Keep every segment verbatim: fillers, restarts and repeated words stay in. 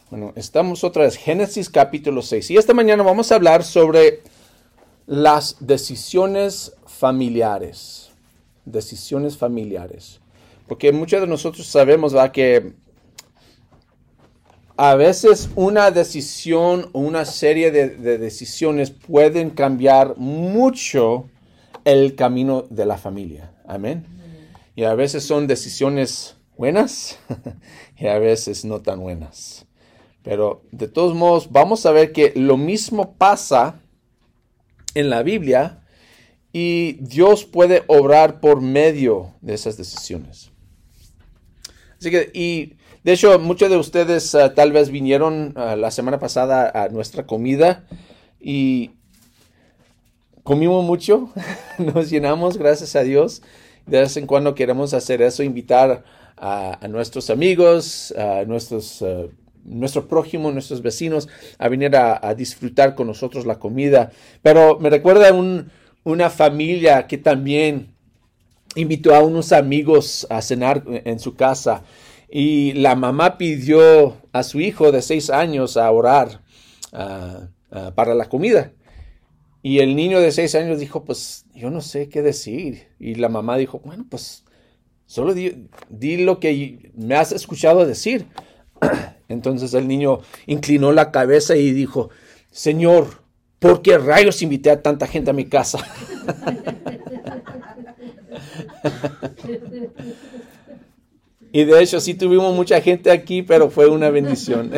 Bueno, estamos otra vez, Génesis capítulo seis. Y esta mañana vamos a hablar sobre las decisiones familiares. Decisiones familiares. Porque muchos de nosotros sabemos, ¿verdad?, que a veces una decisión o una serie de, de decisiones pueden cambiar mucho el camino de la familia. Amén. Y a veces son decisiones buenas y a veces no tan buenas. Pero de todos modos vamos a ver que lo mismo pasa en la Biblia y Dios puede obrar por medio de esas decisiones. Así que, y de hecho, muchos de ustedes uh, tal vez vinieron uh, la semana pasada a nuestra comida y comimos mucho, nos llenamos, gracias a Dios. De vez en cuando queremos hacer eso, invitar a, a nuestros amigos, a nuestros, uh, nuestro prójimo, nuestros vecinos a venir a, a disfrutar con nosotros la comida. Pero me recuerda un, una familia que también invitó a unos amigos a cenar en su casa. Y la mamá pidió a su hijo de seis años a orar uh, uh, para la comida. Y el niño de seis años dijo, pues yo no sé qué decir. Y la mamá dijo, bueno, pues solo di, di lo que me has escuchado decir. Entonces el niño inclinó la cabeza y dijo, Señor, ¿por qué rayos invité a tanta gente a mi casa? Y de hecho sí tuvimos mucha gente aquí, pero fue una bendición.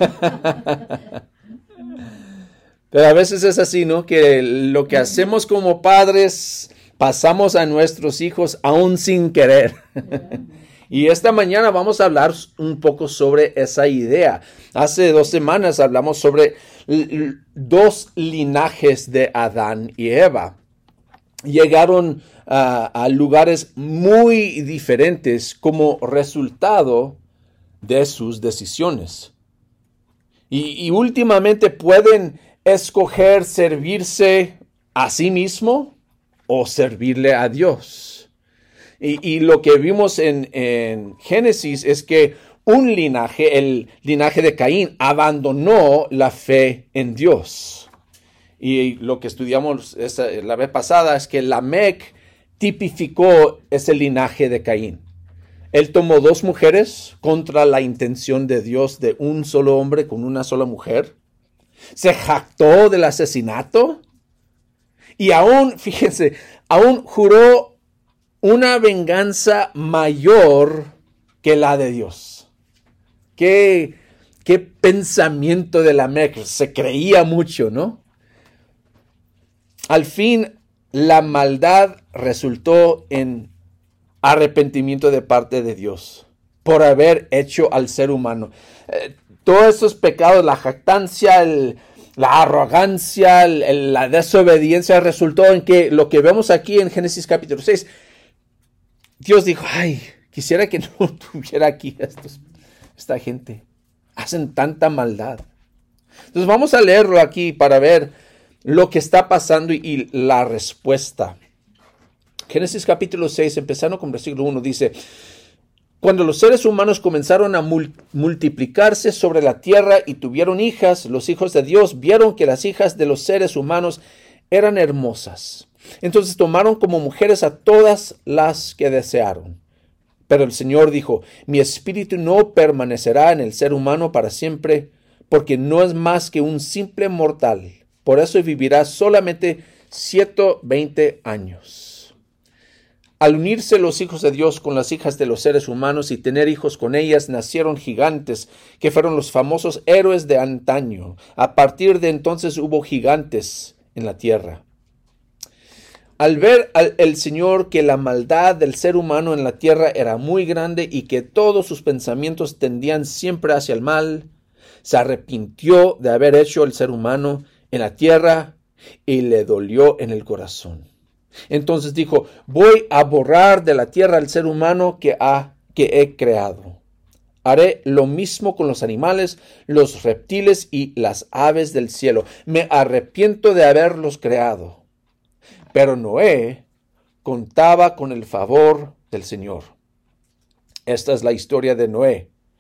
Pero a veces es así, ¿no? Que lo que hacemos como padres pasamos a nuestros hijos aún sin querer. Y esta mañana vamos a hablar un poco sobre esa idea. Hace dos semanas hablamos sobre dos linajes de Adán y Eva. Llegaron a, a lugares muy diferentes como resultado de sus decisiones. Y, y últimamente pueden escoger servirse a sí mismo o servirle a Dios. Y, y lo que vimos en, en Génesis es que un linaje, el linaje de Caín, abandonó la fe en Dios. Y lo que estudiamos esa, la vez pasada es que Lamec tipificó ese linaje de Caín. Él tomó dos mujeres contra la intención de Dios de un solo hombre con una sola mujer. Se jactó del asesinato. Y aún, fíjense, aún juró una venganza mayor que la de Dios. Qué, qué pensamiento de Lamec. Se creía mucho, ¿no? Al fin, la maldad resultó en arrepentimiento de parte de Dios por haber hecho al ser humano. Eh, todos esos pecados, la jactancia, el, la arrogancia, el, el, la desobediencia, resultó en que lo que vemos aquí en Génesis capítulo seis, Dios dijo, ay, quisiera que no tuviera aquí estos, esta gente. Hacen tanta maldad. Entonces vamos a leerlo aquí para ver lo que está pasando y, y la respuesta. Génesis capítulo seis, empezando con versículo uno, dice, cuando los seres humanos comenzaron a mul- multiplicarse sobre la tierra y tuvieron hijas, los hijos de Dios vieron que las hijas de los seres humanos eran hermosas. Entonces tomaron como mujeres a todas las que desearon. Pero el Señor dijo, mi espíritu no permanecerá en el ser humano para siempre, porque no es más que un simple mortal. Por eso vivirá solamente ciento veinte años. Al unirse los hijos de Dios con las hijas de los seres humanos y tener hijos con ellas, nacieron gigantes, que fueron los famosos héroes de antaño. A partir de entonces hubo gigantes en la tierra. Al ver al, el Señor que la maldad del ser humano en la tierra era muy grande y que todos sus pensamientos tendían siempre hacia el mal, se arrepintió de haber hecho el ser humano en la tierra y le dolió en el corazón. Entonces dijo, voy a borrar de la tierra al ser humano que, ha, que he creado. Haré lo mismo con los animales, los reptiles y las aves del cielo. Me arrepiento de haberlos creado. Pero Noé contaba con el favor del Señor. Esta es la historia de Noé.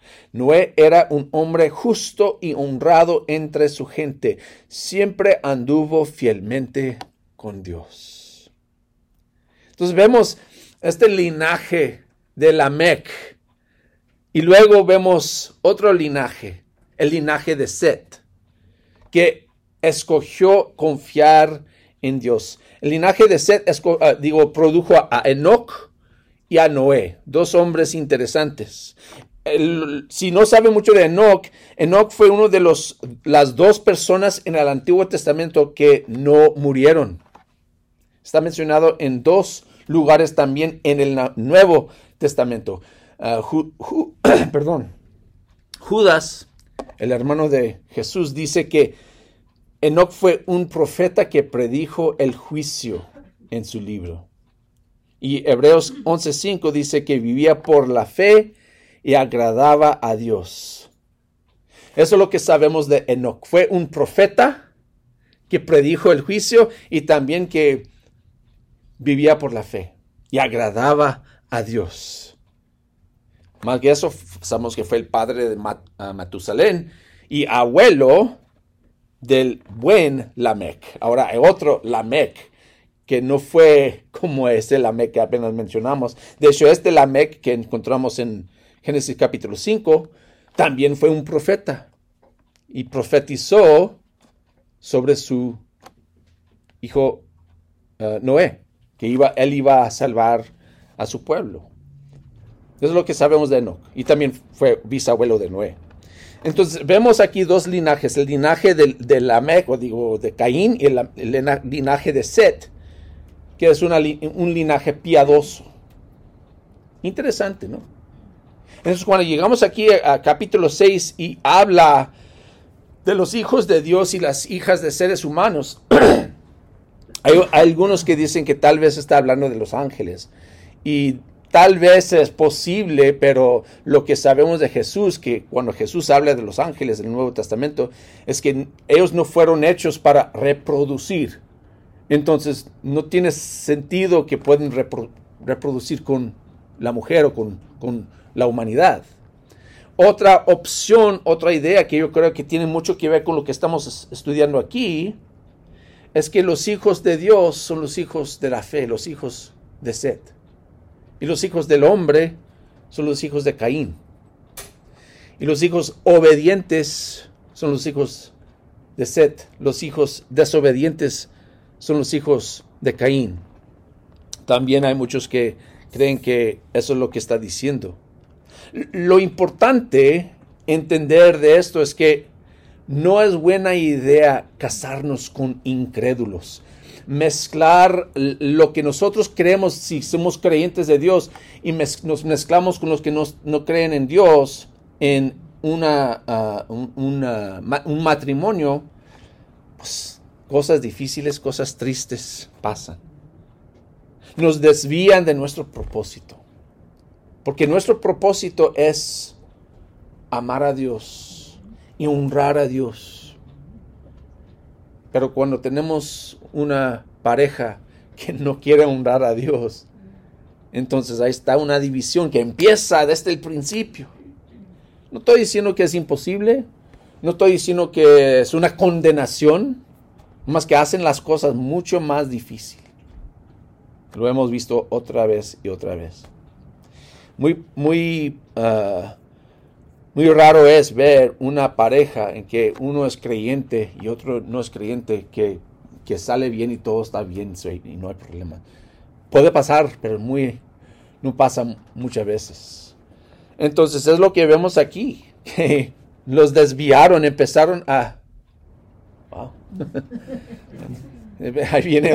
Noé era un hombre justo y honrado entre su gente. Siempre anduvo fielmente con Dios. Entonces vemos este linaje de Lamec. Y luego vemos otro linaje, el linaje de Set, que escogió confiar en Dios. El linaje de Set, esco, uh, digo, produjo a Enoc y a Noé, dos hombres interesantes. El, si no sabe mucho de Enoc, Enoc fue uno de los, las dos personas en el Antiguo Testamento que no murieron. Está mencionado en dos lugares también en el Nuevo Testamento. Uh, Ju, Ju, perdón. Judas, el hermano de Jesús, dice que Enoc fue un profeta que predijo el juicio en su libro. Y Hebreos once cinco dice que vivía por la fe y agradaba a Dios. Eso es lo que sabemos de Enoc. Fue un profeta que predijo el juicio y también que vivía por la fe y agradaba a Dios. Más que eso, sabemos que fue el padre de Mat- uh, Matusalén y abuelo del buen Lamec. Ahora hay otro Lamec que no fue como ese Lamec que apenas mencionamos. De hecho, este Lamec que encontramos en Génesis capítulo cinco también fue un profeta y profetizó sobre su hijo uh, Noé, que iba, él iba a salvar a su pueblo. Eso es lo que sabemos de Enoc. Y también fue bisabuelo de Noé. Entonces, vemos aquí dos linajes. El linaje de, de Lamec, o digo, de Caín, y el, el linaje de Set, que es una, un linaje piadoso. Interesante, ¿no? Entonces, cuando llegamos aquí a, a capítulo seis y habla de los hijos de Dios y las hijas de seres humanos, hay, hay algunos que dicen que tal vez está hablando de los ángeles. Y tal vez es posible, pero lo que sabemos de Jesús, que cuando Jesús habla de los ángeles en el Nuevo Testamento, es que ellos no fueron hechos para reproducir. Entonces, no tiene sentido que puedan repro- reproducir con la mujer o con, con la humanidad. Otra opción, otra idea que yo creo que tiene mucho que ver con lo que estamos estudiando aquí, es que los hijos de Dios son los hijos de la fe, los hijos de Set. Y los hijos del hombre son los hijos de Caín. Y los hijos obedientes son los hijos de Set. Los hijos desobedientes son los hijos de Caín. También hay muchos que creen que eso es lo que está diciendo. Lo importante entender de esto es que no es buena idea casarnos con incrédulos. Mezclar lo que nosotros creemos si somos creyentes de Dios y mez, nos mezclamos con los que nos, no creen en Dios en una, uh, un, una, un matrimonio, pues cosas difíciles, cosas tristes pasan. Nos desvían de nuestro propósito. Porque nuestro propósito es amar a Dios y honrar a Dios. Pero cuando tenemos una pareja que no quiere honrar a Dios, entonces ahí está una división que empieza desde el principio. No estoy diciendo que es imposible, no estoy diciendo que es una condenación, más que hacen las cosas mucho más difíciles. Lo hemos visto otra vez y otra vez. Muy, muy, uh, muy raro es ver una pareja en que uno es creyente y otro no es creyente, que, que sale bien y todo está bien y no hay problema. Puede pasar, pero muy, no pasa muchas veces. Entonces es lo que vemos aquí, que los desviaron, empezaron a... Wow. Ahí viene...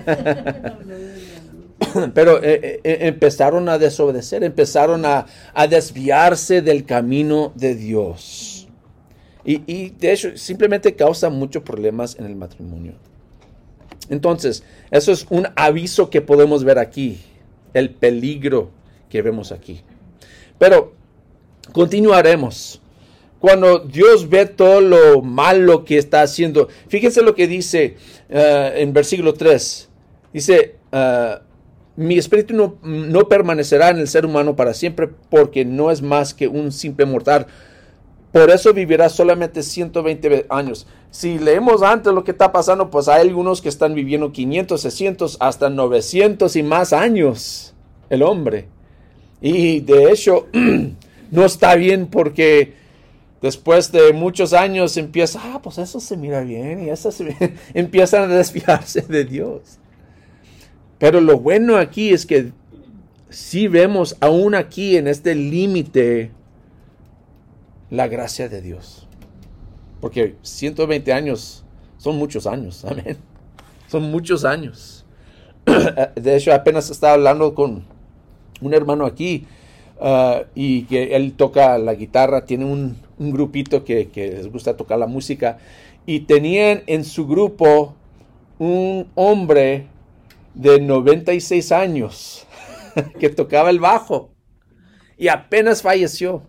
Pero eh, eh, empezaron a desobedecer, empezaron a, a desviarse del camino de Dios. Y, y de hecho simplemente causa muchos problemas en el matrimonio. Entonces, eso es un aviso que podemos ver aquí, el peligro que vemos aquí. Pero continuaremos. Cuando Dios ve todo lo malo que está haciendo, fíjense lo que dice uh, en versículo tres. Dice... Uh, mi espíritu no, no permanecerá en el ser humano para siempre, porque no es más que un simple mortal. Por eso vivirá solamente ciento veinte años. Si leemos antes lo que está pasando, pues hay algunos que están viviendo quinientos, seiscientos, hasta novecientos y más años, el hombre. Y de hecho, no está bien, porque después de muchos años empieza, ah, pues eso se mira bien, y eso se empiezan a desviarse de Dios. Pero lo bueno aquí es que sí vemos aún aquí en este límite la gracia de Dios. Porque ciento veinte años son muchos años, amén. Son muchos años. De hecho, apenas estaba hablando con un hermano aquí, uh, y que él toca la guitarra, tiene un, un grupito que, que les gusta tocar la música, y tenían en su grupo un hombre de noventa y seis años que tocaba el bajo y apenas falleció.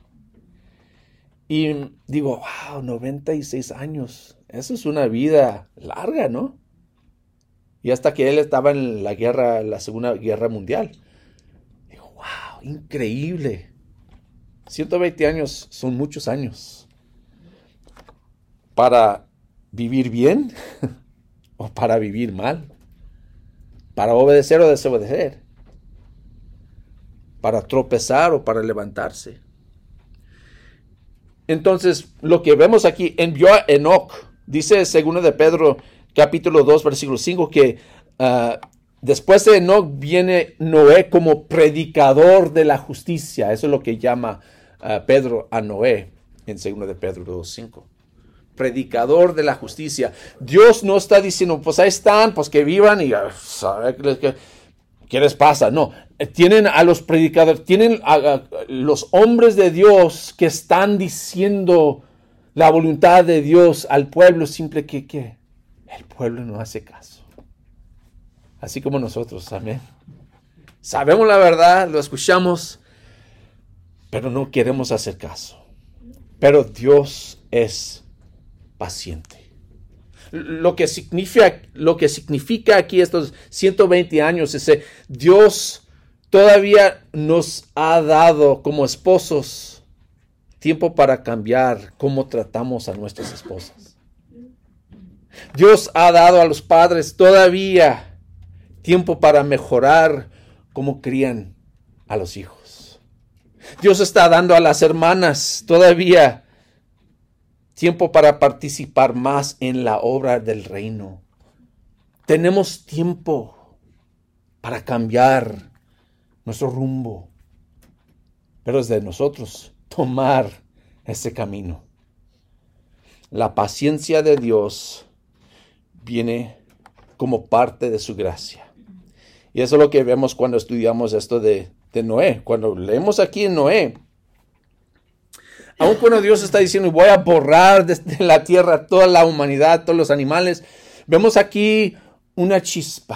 Y digo, wow, noventa y seis años, eso es una vida larga, ¿no? Y hasta que él estaba en la guerra, la Segunda Guerra Mundial. Digo, wow, increíble. ciento veinte años son muchos años. Para vivir bien o para vivir mal. Para obedecer o desobedecer. Para tropezar o para levantarse. Entonces, lo que vemos aquí, envió a Enoc. Dice segundo de Pedro, capítulo dos, versículo cinco, que uh, después de Enoc viene Noé como predicador de la justicia. Eso es lo que llama uh, Pedro a Noé en segundo de Pedro dos, cinco. Predicador de la justicia. Dios no está diciendo, pues ahí están, pues que vivan y ¿sabe qué, qué les pasa? No, tienen a los predicadores, tienen a, a los hombres de Dios que están diciendo la voluntad de Dios al pueblo, simple que, que el pueblo no hace caso. Así como nosotros, amén. Sabemos la verdad, lo escuchamos, pero no queremos hacer caso. Pero Dios es paciente. Lo que significa, lo que significa aquí estos ciento veinte años es que Dios todavía nos ha dado como esposos tiempo para cambiar cómo tratamos a nuestras esposas. Dios ha dado a los padres todavía tiempo para mejorar cómo crían a los hijos. Dios está dando a las hermanas todavía tiempo para participar más en la obra del reino. Tenemos tiempo para cambiar nuestro rumbo, pero es de nosotros tomar ese camino. La paciencia de Dios viene como parte de su gracia. Y eso es lo que vemos cuando estudiamos esto de, de Noé. Cuando leemos aquí en Noé, aun cuando Dios está diciendo, voy a borrar de la tierra toda la humanidad, todos los animales, vemos aquí una chispa,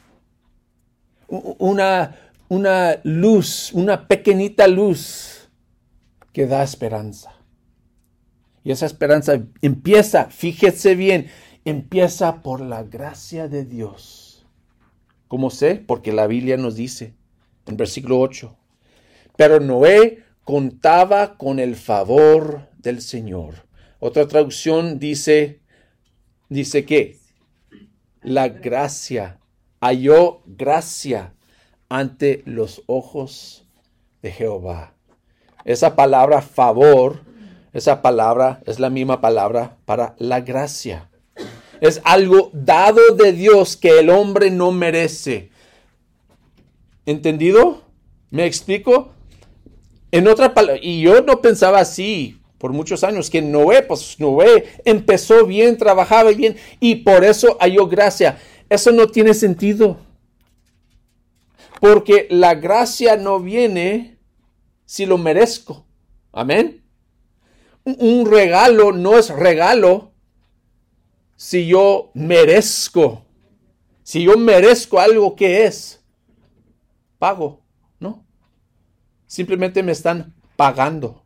una, una luz, una pequeñita luz que da esperanza. Y esa esperanza empieza, fíjese bien, empieza por la gracia de Dios. ¿Cómo sé? Porque la Biblia nos dice en versículo ocho, pero Noé contaba con el favor del Señor. Otra traducción dice, dice que la gracia, halló gracia ante los ojos de Jehová. Esa palabra favor, esa palabra es la misma palabra para la gracia. Es algo dado de Dios que el hombre no merece. ¿Entendido? ¿Me explico? En otra palabra, y yo no pensaba así por muchos años, que Noé, pues Noé empezó bien, trabajaba bien, y por eso halló gracia. Eso no tiene sentido. Porque la gracia no viene si lo merezco. Amén. Un regalo no es regalo si yo merezco. Si yo merezco algo, ¿qué es? Pago, ¿no? Simplemente me están pagando.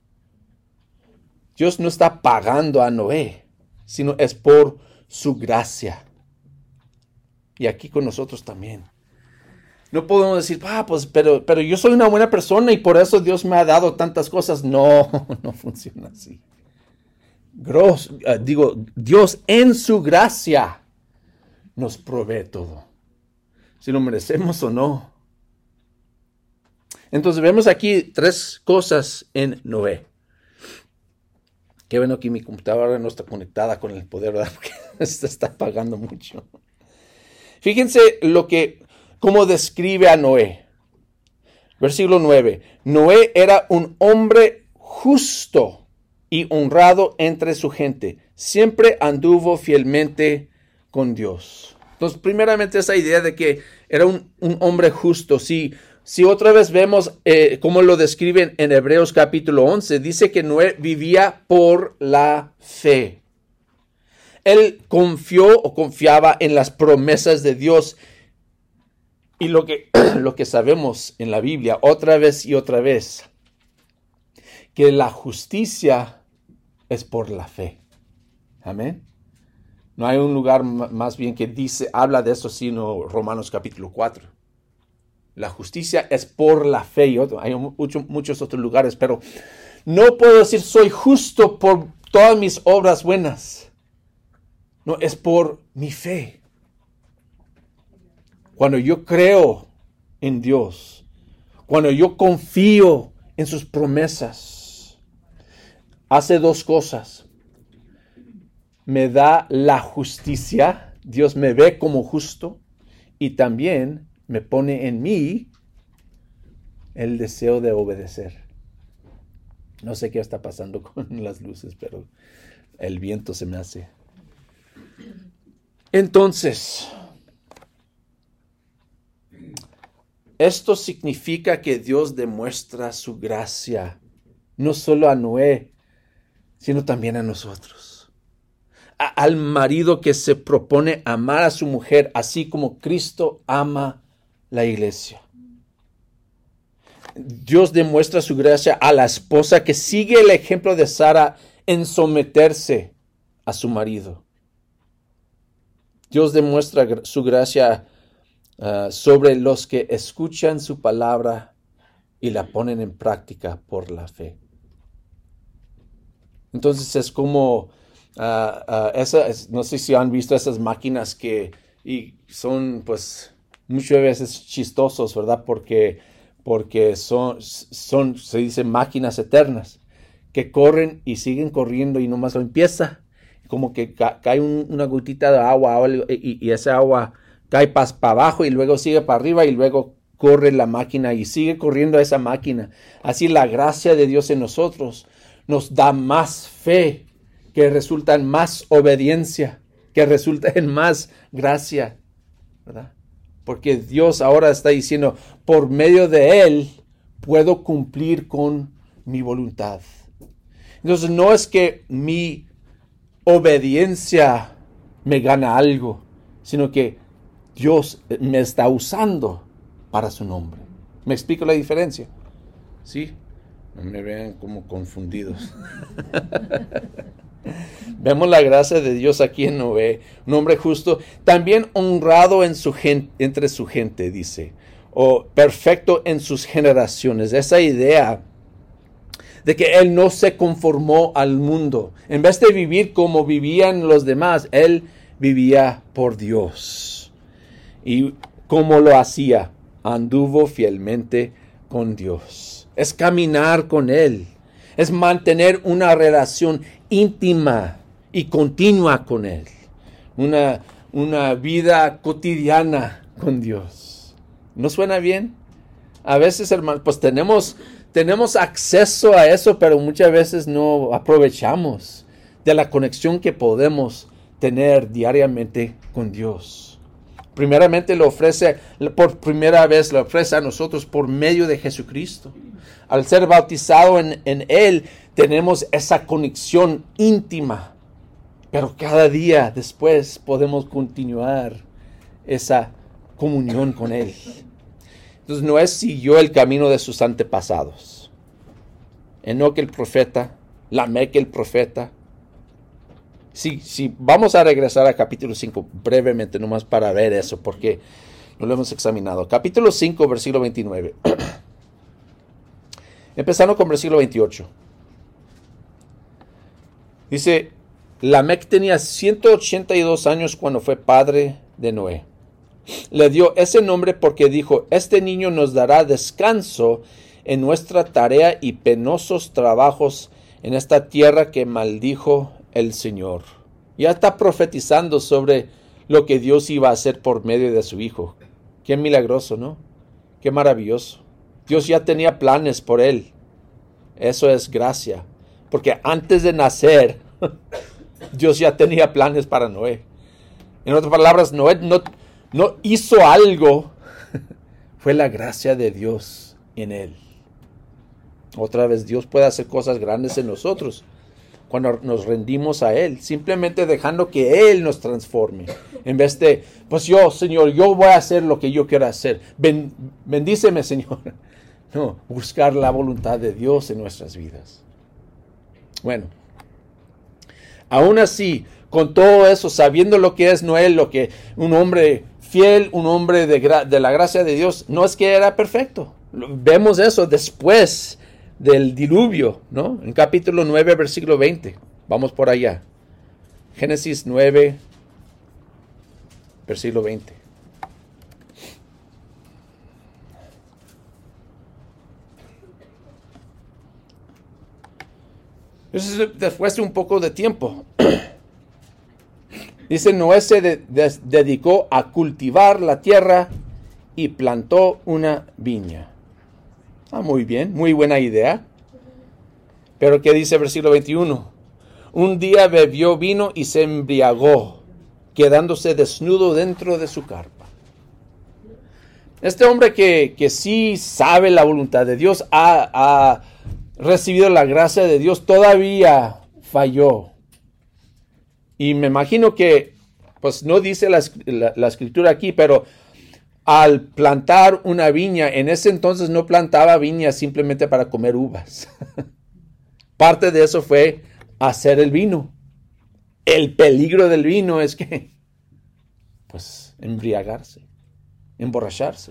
Dios no está pagando a Noé, sino es por su gracia. Y aquí con nosotros también. No podemos decir, ah, pues, pero, pero yo soy una buena persona y por eso Dios me ha dado tantas cosas. No, no funciona así. Gros, uh, digo, Dios en su gracia nos provee todo, si lo merecemos o no. Entonces vemos aquí tres cosas en Noé. Qué bueno que mi computadora no está conectada con el poder, ¿verdad? Porque se está apagando mucho. Fíjense lo que, cómo describe a Noé. Versículo nueve. Noé era un hombre justo y honrado entre su gente. Siempre anduvo fielmente con Dios. Entonces, primeramente, esa idea de que era un, un hombre justo. Si, si otra vez vemos eh, cómo lo describen en Hebreos capítulo once, dice que Noé vivía por la fe. Él confió o confiaba en las promesas de Dios. Y lo que, lo que sabemos en la Biblia otra vez y otra vez, que la justicia es por la fe. Amén. No hay un lugar más bien que dice, habla de eso, sino Romanos capítulo cuatro. La justicia es por la fe. Y otro, hay mucho, muchos otros lugares, pero no puedo decir soy justo por todas mis obras buenas. No, es por mi fe. Cuando yo creo en Dios, cuando yo confío en sus promesas, hace dos cosas. Me da la justicia, Dios me ve como justo, y también me pone en mí el deseo de obedecer. No sé qué está pasando con las luces, pero el viento se me hace. Entonces, esto significa que Dios demuestra su gracia, no solo a Noé, sino también a nosotros. A, al marido que se propone amar a su mujer, así como Cristo ama la iglesia. Dios demuestra su gracia a la esposa que sigue el ejemplo de Sara en someterse a su marido. Dios demuestra su gracia uh, sobre los que escuchan su palabra y la ponen en práctica por la fe. Entonces es como, uh, uh, esa, es, no sé si han visto esas máquinas que y son pues muchas veces chistosos, ¿verdad? Porque, porque son, son, se dice máquinas eternas que corren y siguen corriendo y nomás lo empieza. Como que ca- cae un, una gotita de agua y, y esa agua cae para pa abajo y luego sigue para arriba y luego corre la máquina y sigue corriendo esa máquina. Así la gracia de Dios en nosotros nos da más fe, que resulta en más obediencia, que resulta en más gracia, ¿verdad? Porque Dios ahora está diciendo, por medio de Él puedo cumplir con mi voluntad. Entonces no es que mi obediencia me gana algo, sino que Dios me está usando para su nombre. ¿Me explico la diferencia? ¿Sí? No me vean como confundidos. Vemos la gracia de Dios aquí en Noé, un hombre justo, también honrado en su gente, entre su gente, dice, o perfecto en sus generaciones. Esa idea de que él no se conformó al mundo. En vez de vivir como vivían los demás, él vivía por Dios. ¿Y cómo lo hacía? Anduvo fielmente con Dios. Es caminar con Él. Es mantener una relación íntima y continua con Él. Una, una vida cotidiana con Dios. ¿No suena bien? A veces, hermano, pues tenemos... Tenemos acceso a eso, pero muchas veces no aprovechamos de la conexión que podemos tener diariamente con Dios. Primeramente lo ofrece, por primera vez lo ofrece a nosotros por medio de Jesucristo. Al ser bautizado en, en Él, tenemos esa conexión íntima. Pero cada día después podemos continuar esa comunión con Él. Entonces Noé siguió el camino de sus antepasados. Enoc el profeta, Lamec el profeta. Sí, sí, vamos a regresar a capítulo cinco brevemente nomás para ver eso, porque No lo hemos examinado. Capítulo cinco, versículo veintinueve. Empezando con versículo veintiocho. Dice, Lamec tenía ciento ochenta y dos años cuando fue padre de Noé. Le dio ese nombre porque dijo, este niño nos dará descanso en nuestra tarea y penosos trabajos en esta tierra que maldijo el Señor. Ya está profetizando sobre lo que Dios iba a hacer por medio de su hijo. Qué milagroso, ¿no? Qué maravilloso. Dios ya tenía planes por él. Eso es gracia. Porque antes de nacer, Dios ya tenía planes para Noé. En otras palabras, Noé no, no hizo algo. Fue la gracia de Dios en él. Otra vez, Dios puede hacer cosas grandes en nosotros cuando nos rendimos a Él, simplemente dejando que Él nos transforme. En vez de, pues yo, Señor, yo voy a hacer lo que yo quiero hacer. Ben, bendíceme, Señor. No, buscar la voluntad de Dios en nuestras vidas. Bueno, aún así, con todo eso, sabiendo lo que es Noé, lo que un hombre fiel, un hombre de, gra- de la gracia de Dios, no es que era perfecto. Vemos eso después del diluvio, ¿no? En capítulo nueve, versículo veinte. Vamos por allá. Génesis nueve, versículo veinte. Entonces, después de un poco de tiempo, dice, Noé se de- de- dedicó a cultivar la tierra y plantó una viña. Ah, muy bien, muy buena idea. Pero ¿qué dice el versículo veintiuno? Un día bebió vino y se embriagó, quedándose desnudo dentro de su carpa. Este hombre que, que sí sabe la voluntad de Dios, ha, ha recibido la gracia de Dios, todavía falló. Y me imagino que, pues no dice la, la, la escritura aquí, pero al plantar una viña, en ese entonces no plantaba viña simplemente para comer uvas. Parte de eso fue hacer el vino. El peligro del vino es que, pues, embriagarse, emborracharse.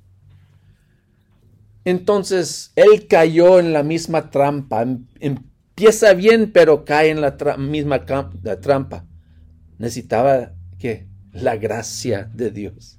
Entonces, él cayó en la misma trampa. Empieza bien, pero cae en la tra- misma la trampa. Necesitaba, ¿qué? La gracia de Dios.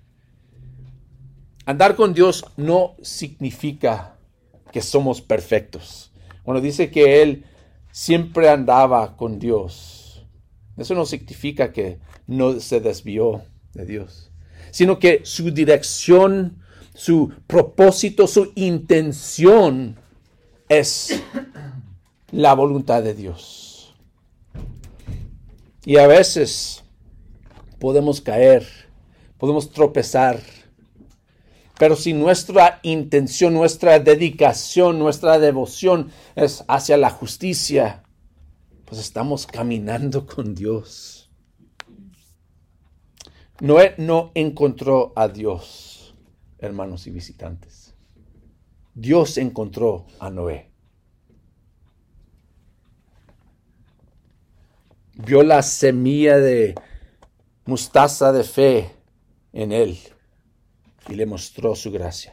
Andar con Dios no significa que somos perfectos. Cuando dice que Él siempre andaba con Dios, eso no significa que no se desvió de Dios, sino que su dirección, su propósito, su intención es la voluntad de Dios. Y a veces podemos caer, podemos tropezar, pero si nuestra intención, nuestra dedicación, nuestra devoción es hacia la justicia, pues estamos caminando con Dios. Noé no encontró a Dios, hermanos y visitantes. Dios encontró a Noé. Vio la semilla de mostaza de fe en él y le mostró su gracia.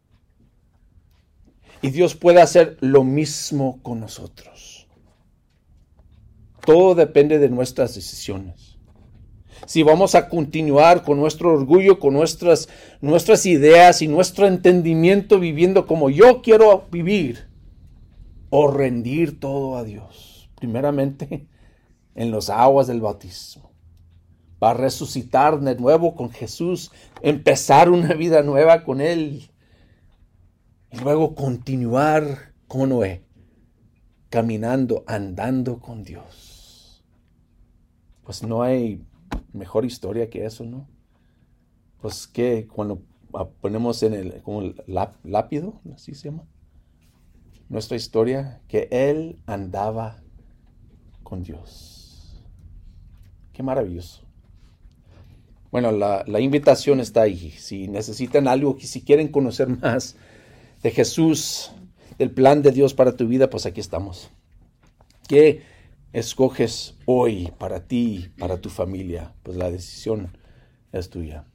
Y Dios puede hacer lo mismo con nosotros. Todo depende de nuestras decisiones. Si vamos a continuar con nuestro orgullo, con nuestras, nuestras ideas y nuestro entendimiento viviendo como yo quiero vivir, o rendir todo a Dios, primeramente en las aguas del bautismo, para resucitar de nuevo con Jesús, empezar una vida nueva con Él, y luego continuar como Noé, caminando, andando con Dios. Pues no hay mejor historia que eso, ¿no? Pues que cuando ponemos en el, como el lápido, así se llama, nuestra historia, que Él andaba con Dios. Qué maravilloso. Bueno, la, la invitación está ahí. Si necesitan algo, si quieren conocer más de Jesús, del plan de Dios para tu vida, pues aquí estamos. ¿Qué escoges hoy para ti, para tu familia? Pues la decisión es tuya.